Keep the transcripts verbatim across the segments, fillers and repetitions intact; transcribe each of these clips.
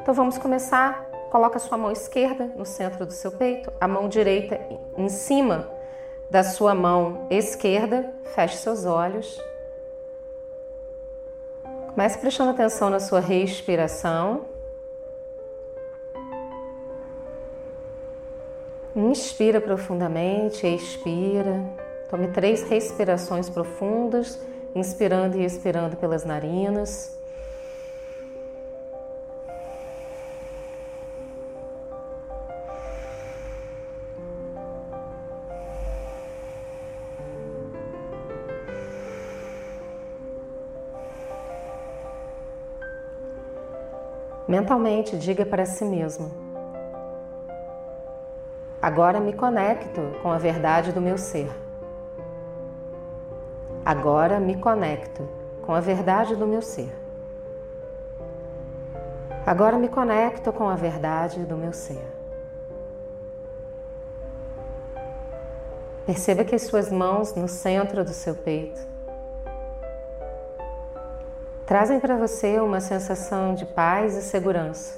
Então vamos começar. Coloca a sua mão esquerda no centro do seu peito, a mão direita em cima da sua mão esquerda. Feche seus olhos. Comece prestando atenção na sua respiração. Inspira profundamente, expira. Tome três respirações profundas, inspirando e expirando pelas narinas. Mentalmente, diga para si mesmo: agora me conecto com a verdade do meu ser. Agora me conecto com a verdade do meu ser. Agora me conecto com a verdade do meu ser. Perceba que as suas mãos no centro do seu peito trazem para você uma sensação de paz e segurança.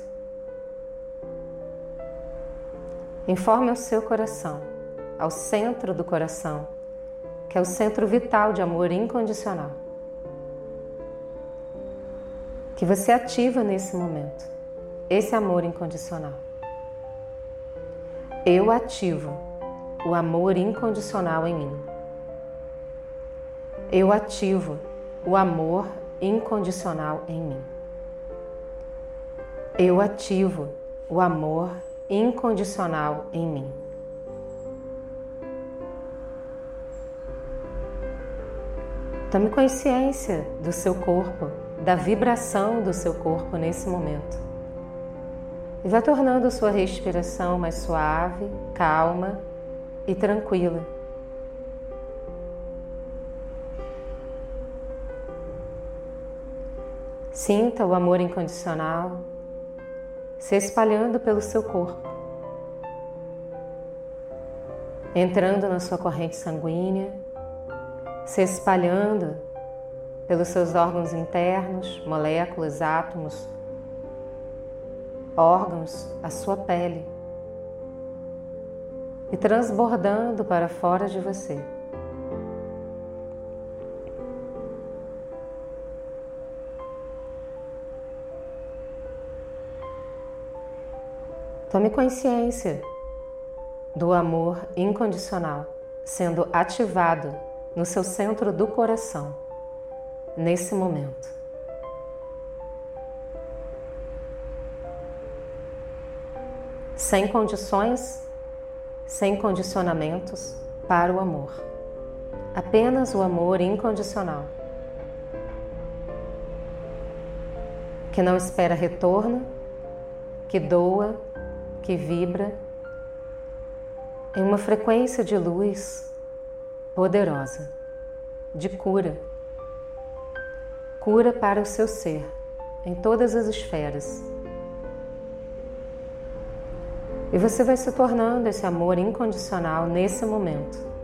Informe ao seu coração, ao centro do coração, que é o centro vital de amor incondicional, que você ativa nesse momento, esse amor incondicional. Eu ativo o amor incondicional em mim. Eu ativo o amor incondicional em mim. Eu ativo o amor incondicional em mim. Tome consciência do seu corpo, da vibração do seu corpo nesse momento. E vá tornando a sua respiração mais suave, calma e tranquila. Sinta o amor incondicional se espalhando pelo seu corpo, entrando na sua corrente sanguínea, se espalhando pelos seus órgãos internos, moléculas, átomos, órgãos, a sua pele e transbordando para fora de você. Tome consciência do amor incondicional sendo ativado no seu centro do coração, nesse momento. Sem condições, sem condicionamentos para o amor. Apenas o amor incondicional, que não espera retorno, que doa, que vibra em uma frequência de luz poderosa, de cura. Cura para o seu ser, em todas as esferas. E você vai se tornando esse amor incondicional nesse momento.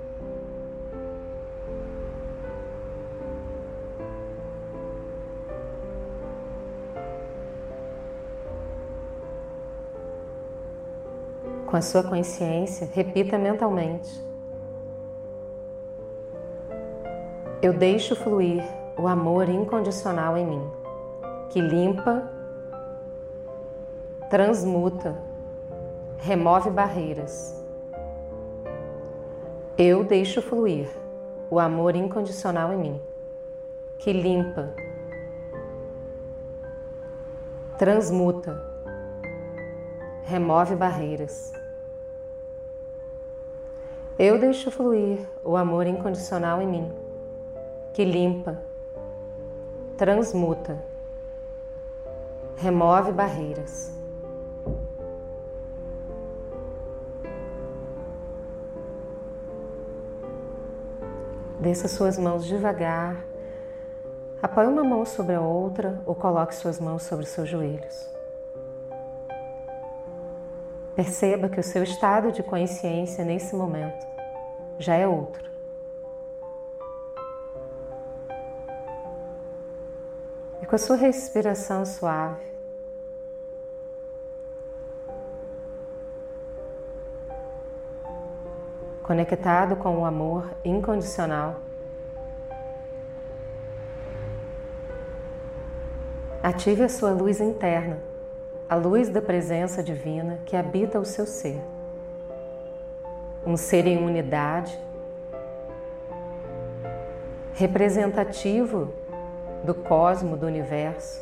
Com a sua consciência, repita mentalmente: eu deixo fluir o amor incondicional em mim, que limpa, transmuta, remove barreiras. Eu deixo fluir o amor incondicional em mim, que limpa, transmuta, remove barreiras. Eu deixo fluir o amor incondicional em mim, que limpa, transmuta, remove barreiras. Desça suas mãos devagar, apoie uma mão sobre a outra ou coloque suas mãos sobre os seus joelhos. Perceba que o seu estado de consciência nesse momento já é outro. E com a sua respiração suave, conectado com o amor incondicional. Ative a sua luz interna, a luz da presença divina que habita o seu ser. Um ser em unidade, representativo do cosmo, do universo,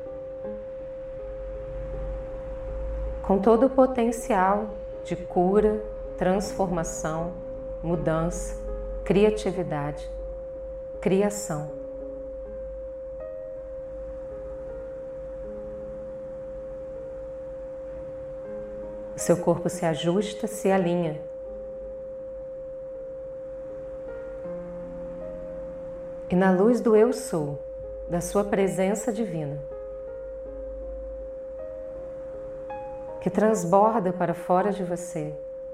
com todo o potencial de cura, transformação, mudança, criatividade, criação. O seu corpo se ajusta, se alinha. E na luz do Eu Sou, da sua presença divina, que transborda para fora de você,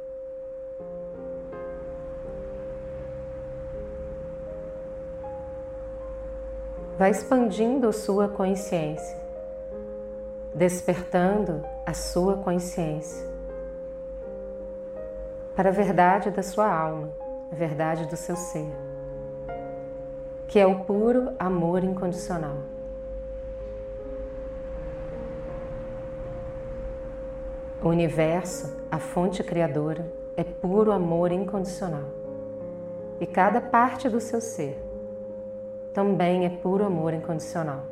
vai expandindo a sua consciência, despertando a sua consciência para a verdade da sua alma, a verdade do seu ser, que é o puro amor incondicional. O universo, a fonte criadora, é puro amor incondicional. E cada parte do seu ser também é puro amor incondicional.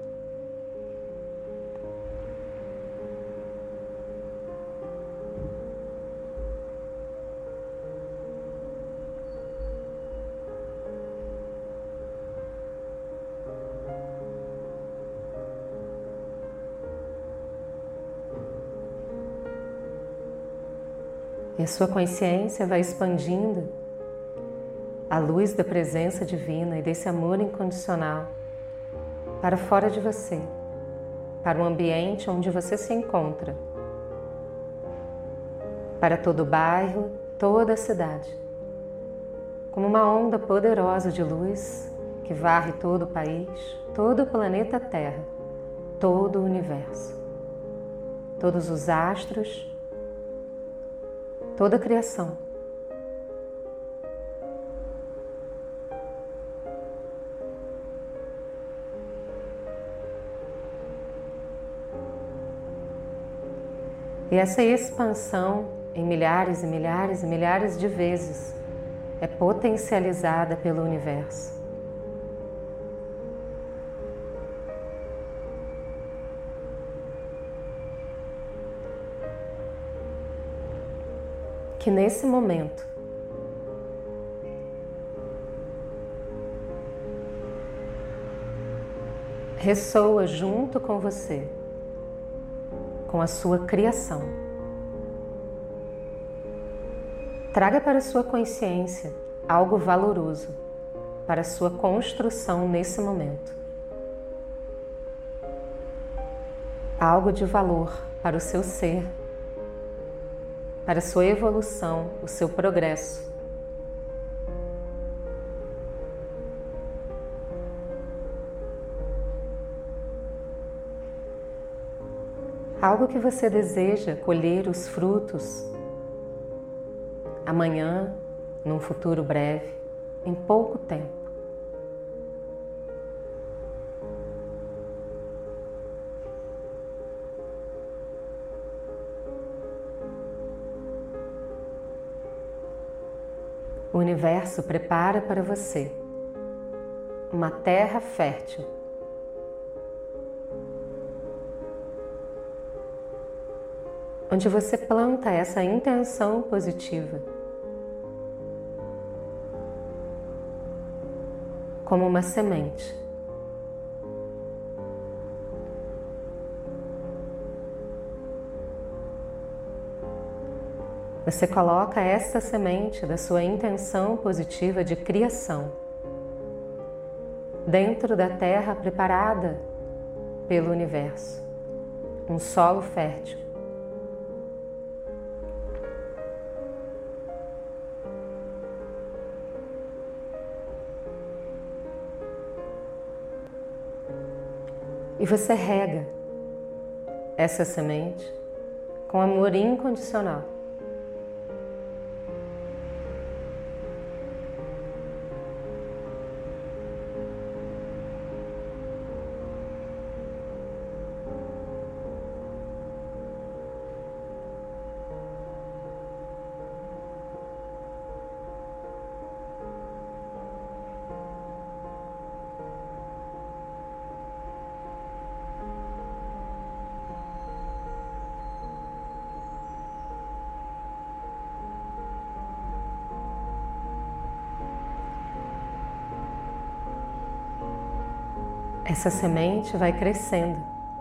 E a sua consciência vai expandindo a luz da presença divina e desse amor incondicional para fora de você, para o ambiente onde você se encontra, para todo o bairro, toda a cidade, como uma onda poderosa de luz que varre todo o país, todo o planeta Terra, todo o universo, todos os astros, toda a criação. E essa expansão em milhares e milhares e milhares de vezes é potencializada pelo universo. Que nesse momento ressoa junto com você, com a sua criação. Traga para a sua consciência algo valoroso para a sua construção nesse momento. Algo de valor para o seu ser, para a sua evolução, o seu progresso. Algo que você deseja colher os frutos amanhã, num futuro breve, em pouco tempo. O universo prepara para você uma terra fértil, onde você planta essa intenção positiva como uma semente. Você coloca essa semente da sua intenção positiva de criação dentro da terra preparada pelo universo, um solo fértil. E você rega essa semente com amor incondicional. Essa semente vai crescendo.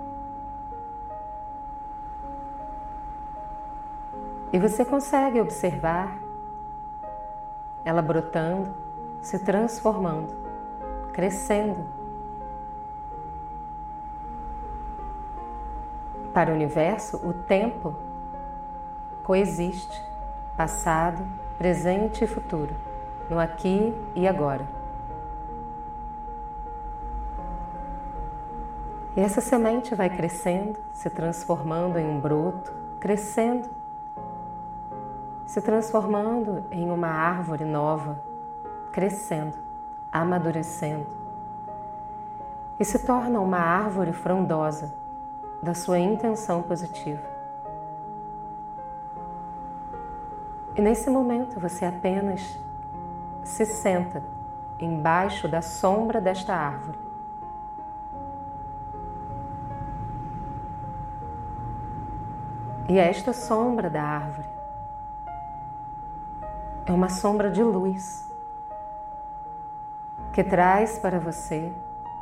E você consegue observar ela brotando, se transformando, crescendo. Para o universo, o tempo coexiste, passado, presente e futuro, no aqui e agora. E essa semente vai crescendo, se transformando em um broto, crescendo, se transformando em uma árvore nova, crescendo, amadurecendo, e se torna uma árvore frondosa da sua intenção positiva. E nesse momento você apenas se senta embaixo da sombra desta árvore. E esta sombra da árvore é uma sombra de luz que traz para você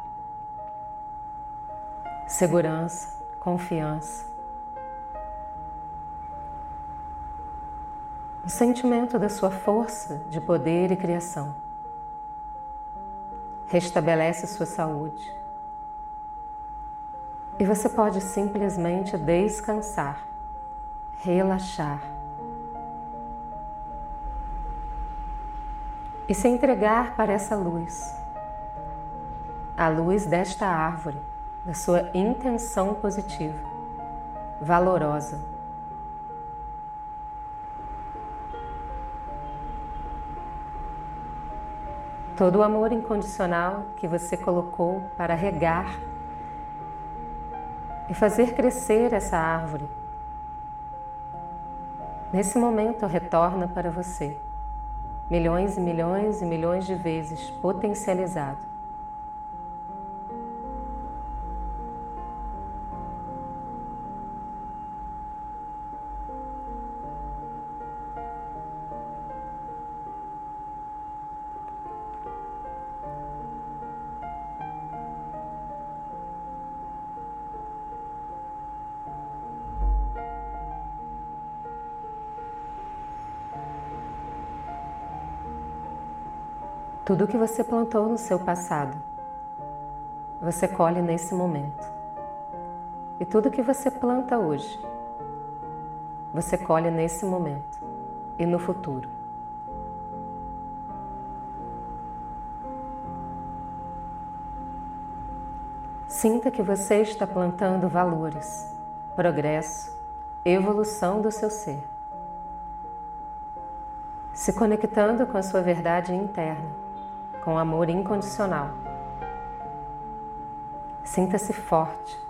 segurança, confiança, o sentimento da sua força de poder e criação. Restabelece sua saúde e você pode simplesmente descansar, relaxar e se entregar para essa luz, a luz desta árvore, da sua intenção positiva, valorosa. Todo o amor incondicional que você colocou para regar e fazer crescer essa árvore, nesse momento retorna para você, milhões e milhões e milhões de vezes potencializado. Tudo que você plantou no seu passado, você colhe nesse momento. E tudo que você planta hoje, você colhe nesse momento e no futuro. Sinta que você está plantando valores, progresso, evolução do seu ser, se conectando com a sua verdade interna, com amor incondicional. Sinta-se forte.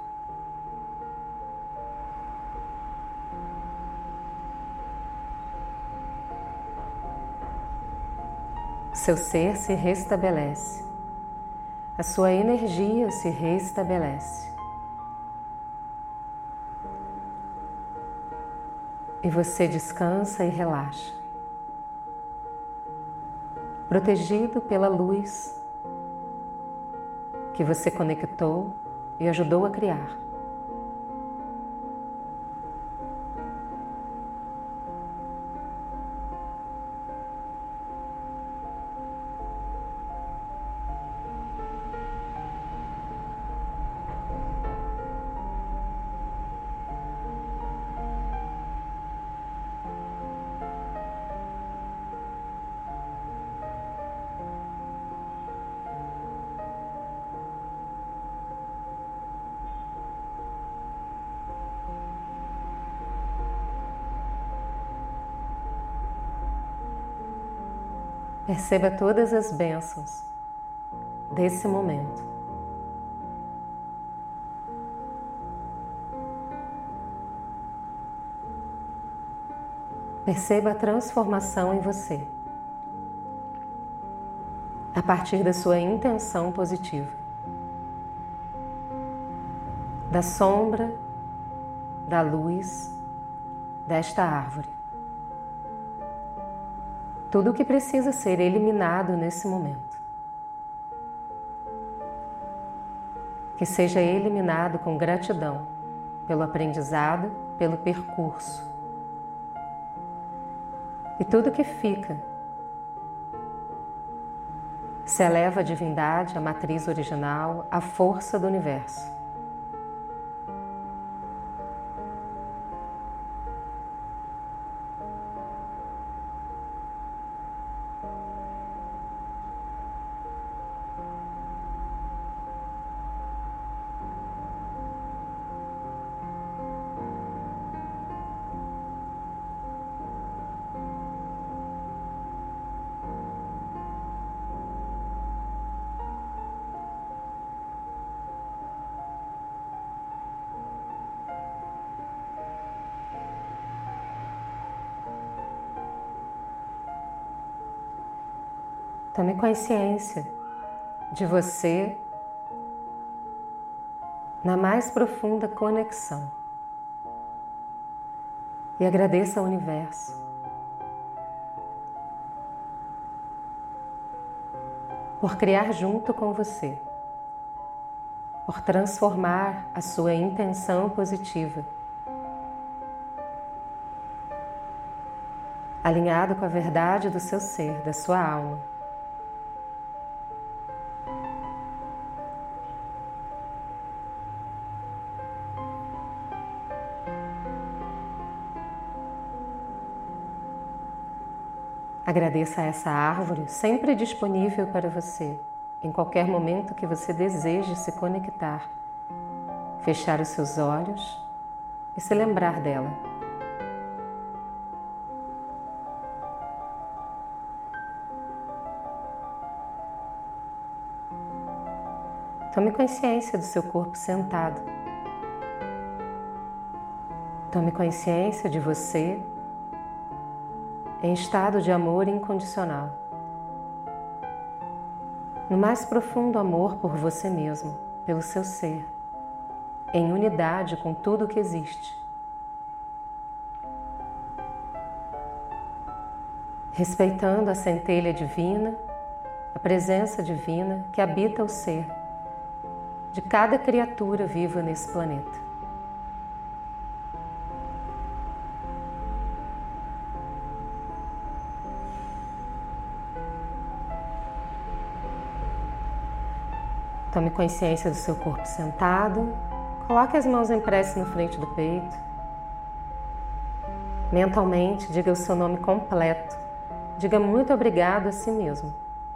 Seu ser se restabelece. A sua energia se restabelece. E você descansa e relaxa, protegido pela luz que você conectou e ajudou a criar. Perceba todas as bênçãos desse momento. Perceba a transformação em você, a partir da sua intenção positiva, da sombra, da luz desta árvore. Tudo o que precisa ser eliminado nesse momento. que seja eliminado com gratidão pelo aprendizado, pelo percurso. E tudo que fica se eleva à divindade, à matriz original, à força do universo. Tome consciência de você na mais profunda conexão e agradeça ao universo por criar junto com você, por transformar a sua intenção positiva, alinhado com a verdade do seu ser, da sua alma. Agradeça a essa árvore sempre disponível para você, em qualquer momento que você deseje se conectar, fechar os seus olhos e se lembrar dela. Tome consciência do seu corpo sentado. Tome consciência de você em estado de amor incondicional, no mais profundo amor por você mesmo, pelo seu ser, em unidade com tudo o que existe. Respeitando a centelha divina, a presença divina que habita o ser de cada criatura viva nesse planeta. Tome consciência do seu corpo sentado. Coloque as mãos em prece na frente do peito. Mentalmente, diga o seu nome completo. Diga muito obrigado a si mesmo.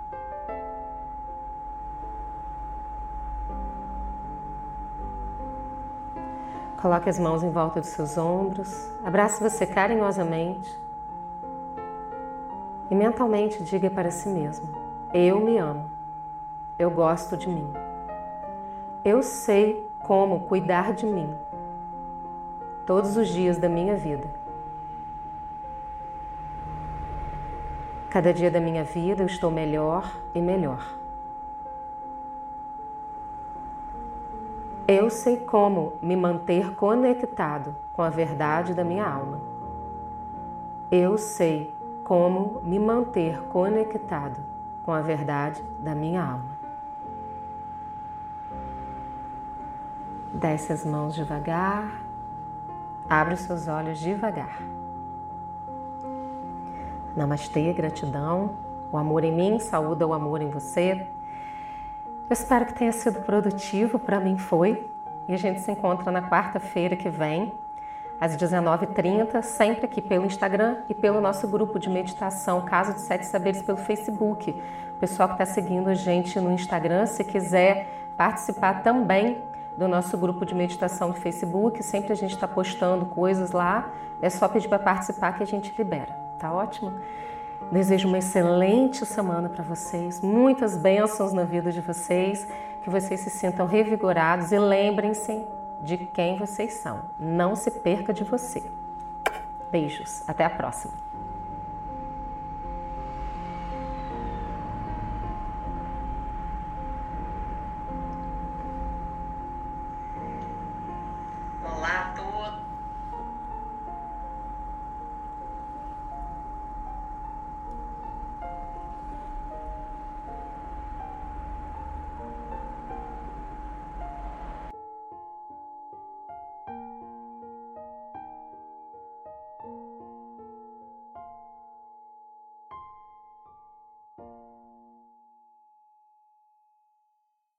Coloque as mãos em volta dos seus ombros. Abrace você carinhosamente. E mentalmente diga para si mesmo: eu me amo. Eu gosto de mim. Eu sei como cuidar de mim todos os dias da minha vida. Cada dia da minha vida eu estou melhor e melhor. Eu sei como me manter conectado com a verdade da minha alma. Eu sei como me manter conectado com a verdade da minha alma. Desce as mãos devagar, abre os seus olhos devagar. Namastê, gratidão, o amor em mim saúda o amor em você. Eu espero que tenha sido produtivo, para mim foi. E a gente se encontra na quarta-feira que vem, às dezenove e trinta, sempre aqui pelo Instagram e pelo nosso grupo de meditação Casa dos Sete Saberes pelo Facebook. O pessoal que está seguindo a gente no Instagram, se quiser participar também do nosso grupo de meditação do Facebook, sempre a gente está postando coisas lá, é só pedir para participar que a gente libera, tá ótimo? Desejo uma excelente semana para vocês, muitas bênçãos na vida de vocês, que vocês se sintam revigorados e lembrem-se de quem vocês são, não se perca de você. Beijos, até a próxima!